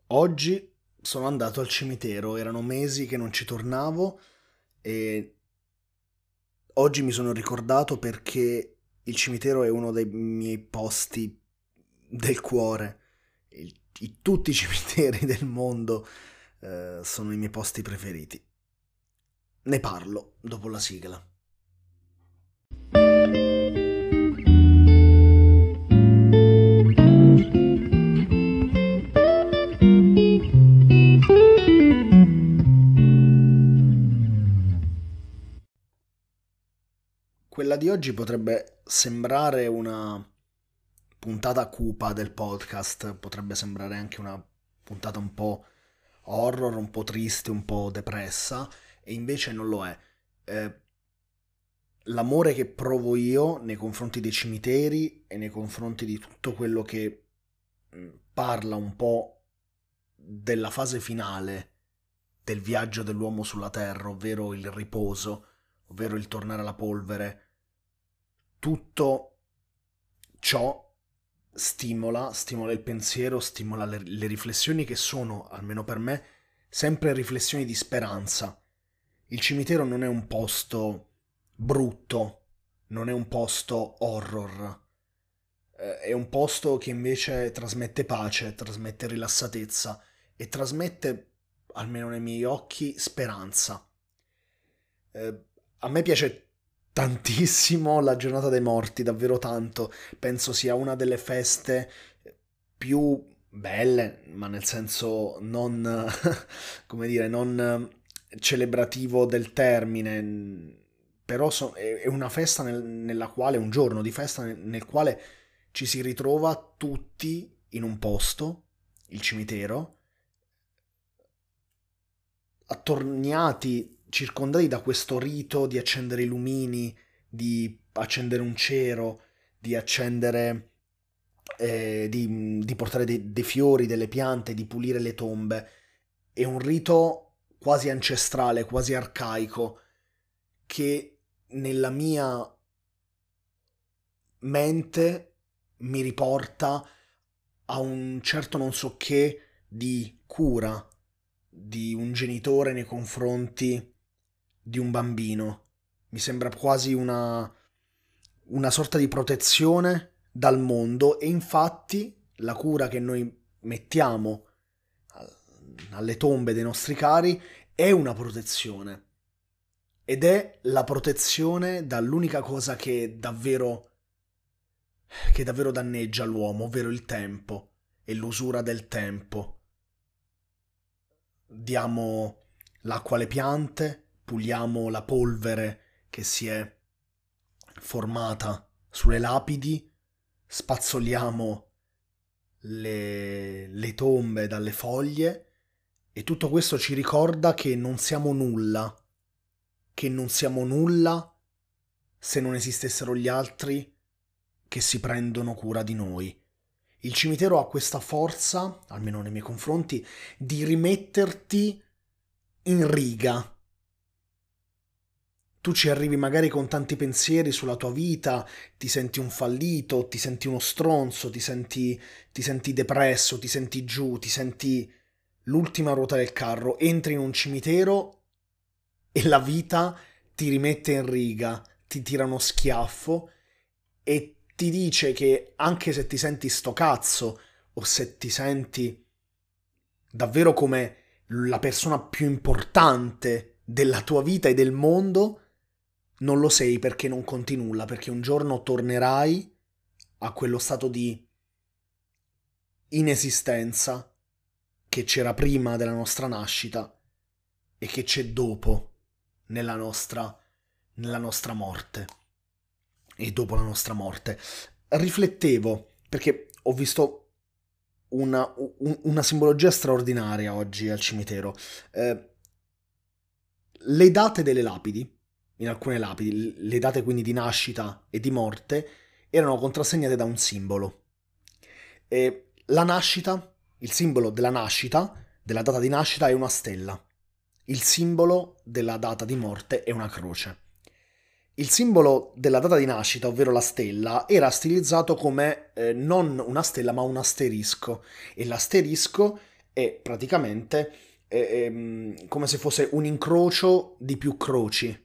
Oggi sono andato al cimitero, erano mesi che non ci tornavo e oggi mi sono ricordato perché il cimitero è uno dei miei posti del cuore. Tutti i cimiteri del mondo sono i miei posti preferiti. Ne parlo dopo la sigla. Quella di oggi potrebbe sembrare una puntata cupa del podcast, potrebbe sembrare anche una puntata un po' horror, un po' triste, un po' depressa, e invece non lo è. Eh, L'amore che provo io nei confronti dei cimiteri e nei confronti di tutto quello che parla un po' della fase finale del viaggio dell'uomo sulla Terra, ovvero il riposo, ovvero il tornare alla polvere, tutto ciò stimola il pensiero, stimola le riflessioni che sono, almeno per me, sempre riflessioni di speranza. Il cimitero non è un posto brutto, non è un posto horror, è un posto che invece trasmette pace, trasmette rilassatezza e trasmette, almeno nei miei occhi, speranza. Eh, A me piace tantissimo la giornata dei morti, davvero tanto. Penso sia una delle feste più belle, ma nel senso non, come dire, non celebrativo del termine. Però è una festa nella quale, un giorno di festa nel quale ci si ritrova tutti in un posto, il cimitero, attorniati, circondati da questo rito di accendere i lumini, di accendere un cero, di accendere, di portare dei fiori, delle piante, di pulire le tombe. È un rito quasi ancestrale, quasi arcaico, che nella mia mente mi riporta a un certo non so che di cura di un genitore nei confronti di un bambino. Mi sembra quasi una sorta di protezione dal mondo e infatti la cura che noi mettiamo alle tombe dei nostri cari è una protezione ed è la protezione dall'unica cosa che davvero danneggia l'uomo, ovvero il tempo e l'usura del tempo. Diamo l'acqua alle piante, puliamo la polvere che si è formata sulle lapidi, spazzoliamo le tombe dalle foglie e tutto questo ci ricorda che non siamo nulla se non esistessero gli altri che si prendono cura di noi. Il cimitero ha questa forza, almeno nei miei confronti, di rimetterti in riga. Tu ci arrivi magari con tanti pensieri sulla tua vita, ti senti un fallito, ti senti uno stronzo, ti senti depresso, ti senti giù, ti senti l'ultima ruota del carro, entri in un cimitero e la vita ti rimette in riga, ti tira uno schiaffo e ti dice che anche se ti senti sto cazzo o se ti senti davvero come la persona più importante della tua vita e del mondo, non lo sei perché non conti nulla, perché un giorno tornerai a quello stato di inesistenza che c'era prima della nostra nascita e che c'è dopo nella nostra morte e dopo la nostra morte. Riflettevo perché ho visto una simbologia straordinaria oggi al cimitero. Eh, le date delle lapidi, in alcune lapidi, le date quindi di nascita e di morte, erano contrassegnate da un simbolo. E la nascita, il simbolo della nascita, della data di nascita è una stella. Il simbolo della data di morte è una croce. Il simbolo della data di nascita, ovvero la stella, era stilizzato come non una stella ma un asterisco e l'asterisco è praticamente come se fosse un incrocio di più croci.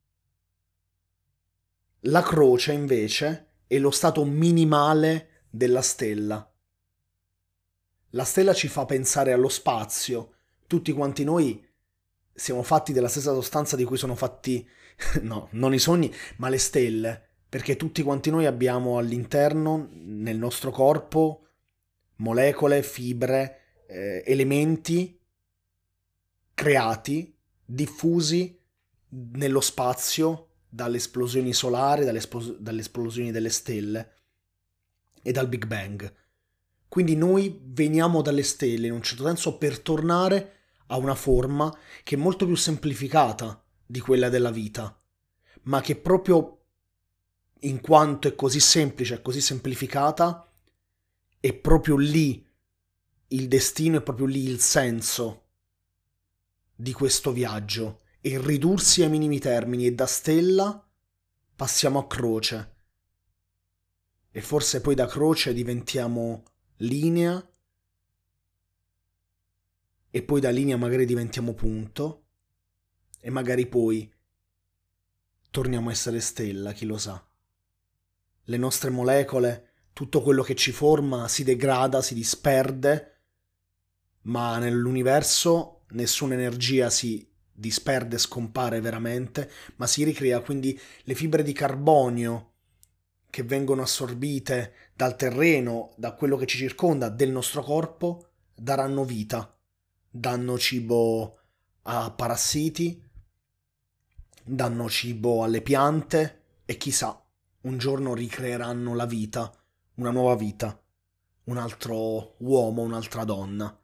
La croce invece è lo stato minimale della stella. La stella ci fa pensare allo spazio. Tutti quanti noi siamo fatti della stessa sostanza di cui sono fatti, no, non i sogni, ma le stelle. Perché tutti quanti noi abbiamo all'interno, nel nostro corpo, molecole, fibre, elementi creati, diffusi nello spazio dalle esplosioni solari, dalle esplosioni delle stelle e dal Big Bang. Quindi noi veniamo dalle stelle in un certo senso per tornare a una forma che è molto più semplificata di quella della vita, ma che proprio in quanto è così semplice, è così semplificata, è proprio lì il destino, è proprio lì il senso di questo viaggio, e ridursi ai minimi termini, e da stella passiamo a croce, e forse poi da croce diventiamo linea, e poi da linea magari diventiamo punto, e magari poi torniamo a essere stella, chi lo sa. Le nostre molecole, tutto quello che ci forma si degrada, si disperde, ma nell'universo nessuna energia si disperde, scompare veramente, ma si ricrea. Quindi le fibre di carbonio che vengono assorbite dal terreno, da quello che ci circonda, del nostro corpo, daranno vita, danno cibo a parassiti, danno cibo alle piante e chissà, un giorno ricreeranno la vita, una nuova vita, un altro uomo, un'altra donna.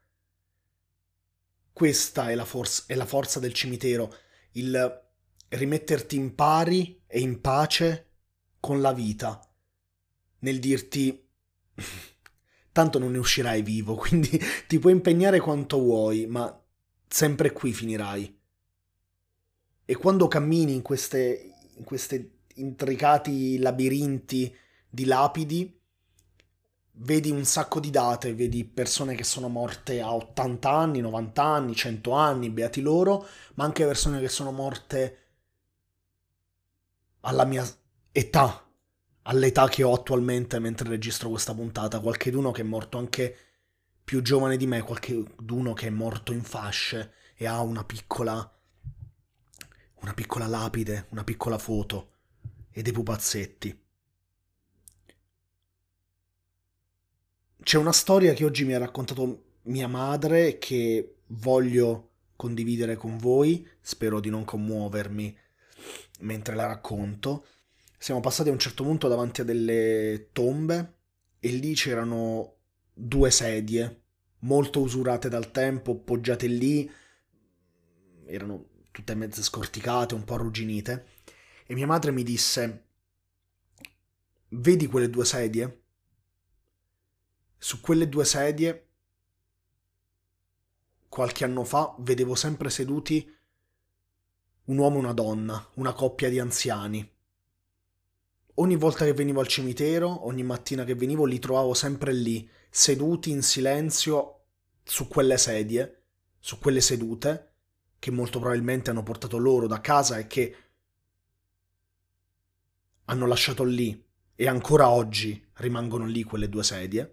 Questa è la forza del cimitero, il rimetterti in pari e in pace con la vita, nel dirti tanto non ne uscirai vivo, quindi ti puoi impegnare quanto vuoi, ma sempre qui finirai. E quando cammini in queste intricati labirinti di lapidi, vedi un sacco di date, vedi persone che sono morte a 80 anni, 90 anni, 100 anni, beati loro, ma anche persone che sono morte alla mia età, all'età che ho attualmente mentre registro questa puntata, qualcheduno che è morto anche più giovane di me, qualcheduno che è morto in fasce e ha una piccola lapide, una piccola foto e dei pupazzetti. C'è una storia che oggi mi ha raccontato mia madre che voglio condividere con voi, spero di non commuovermi mentre la racconto. Siamo passati a un certo punto davanti a delle tombe e lì c'erano due sedie molto usurate dal tempo, poggiate lì, erano tutte mezze scorticate, un po' arrugginite, e mia madre mi disse: "Vedi quelle due sedie? Su quelle due sedie qualche anno fa vedevo sempre seduti un uomo e una donna, una coppia di anziani. Ogni volta che venivo al cimitero, ogni mattina che venivo, li trovavo sempre lì, seduti in silenzio su quelle sedie, su quelle sedute, che molto probabilmente hanno portato loro da casa e che hanno lasciato lì, e ancora oggi rimangono lì quelle due sedie.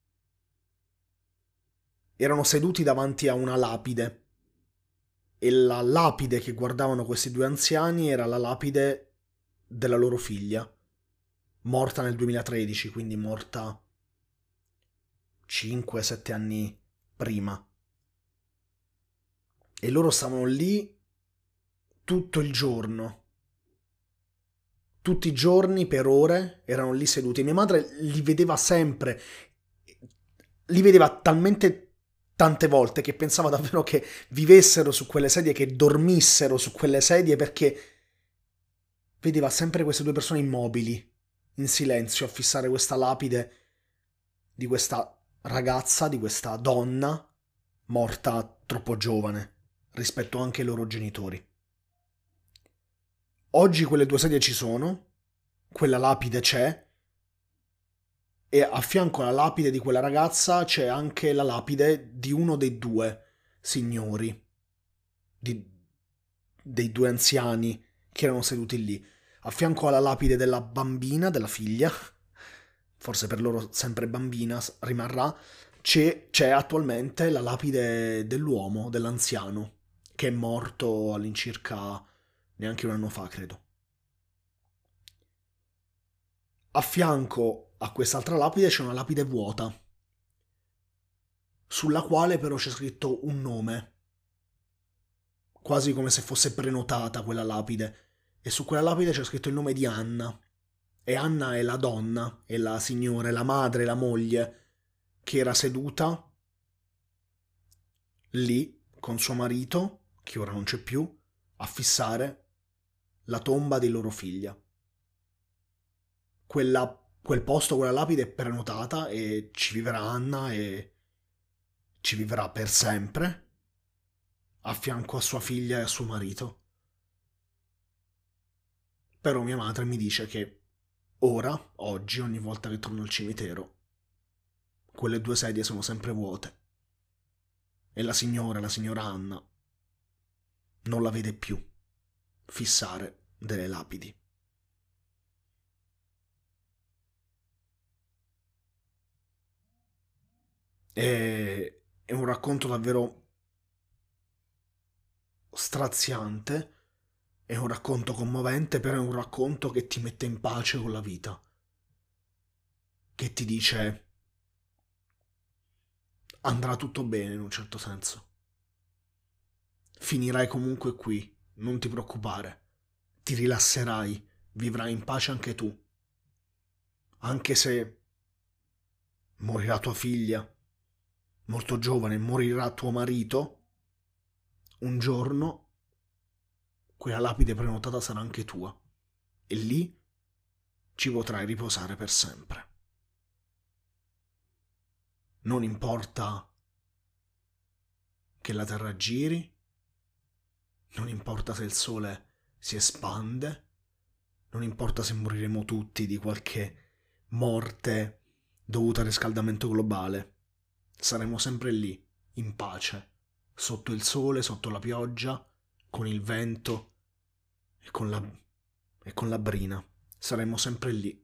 Erano seduti davanti a una lapide, e la lapide che guardavano questi due anziani era la lapide della loro figlia, morta nel 2013, quindi morta 5-7 anni prima. E loro stavano lì tutto il giorno. Tutti i giorni per ore erano lì seduti. Mia madre li vedeva sempre. Li vedeva talmente tante volte che pensava davvero che vivessero su quelle sedie, che dormissero su quelle sedie, perché vedeva sempre queste due persone immobili, in silenzio, a fissare questa lapide di questa ragazza, di questa donna morta troppo giovane rispetto anche ai loro genitori. Oggi quelle due sedie ci sono, quella lapide c'è, e a fianco alla lapide di quella ragazza c'è anche la lapide di uno dei due signori, di- dei due anziani che erano seduti lì. A fianco alla lapide della bambina, della figlia, forse per loro sempre bambina rimarrà, c'è attualmente la lapide dell'uomo, dell'anziano, che è morto all'incirca neanche un anno fa, credo. A fianco a quest'altra lapide c'è una lapide vuota, sulla quale però c'è scritto un nome, quasi come se fosse prenotata quella lapide. E su quella lapide c'è scritto il nome di Anna. E Anna è la donna, è la signora, è la madre, la moglie, che era seduta lì con suo marito, che ora non c'è più, a fissare la tomba di loro figlia. Quel posto, quella lapide è prenotata e ci vivrà Anna e ci vivrà per sempre a fianco a sua figlia e a suo marito. Però mia madre mi dice che ora, oggi, ogni volta che torno al cimitero, quelle due sedie sono sempre vuote e la signora Anna, non la vede più fissare delle lapidi. È un racconto davvero straziante, è un racconto commovente, però è un racconto che ti mette in pace con la vita, che ti dice andrà tutto bene in un certo senso. Finirai comunque qui, non ti preoccupare, ti rilasserai, vivrai in pace anche tu, anche se morirà tua figlia, molto giovane, morirà tuo marito, un giorno quella lapide prenotata sarà anche tua e lì ci potrai riposare per sempre. Non importa che la terra giri, non importa se il sole si espande, non importa se moriremo tutti di qualche morte dovuta al riscaldamento globale, saremo sempre lì, in pace, sotto il sole, sotto la pioggia, con il vento e con la brina. Saremo sempre lì,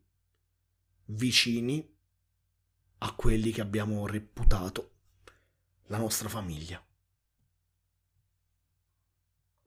vicini a quelli che abbiamo reputato la nostra famiglia.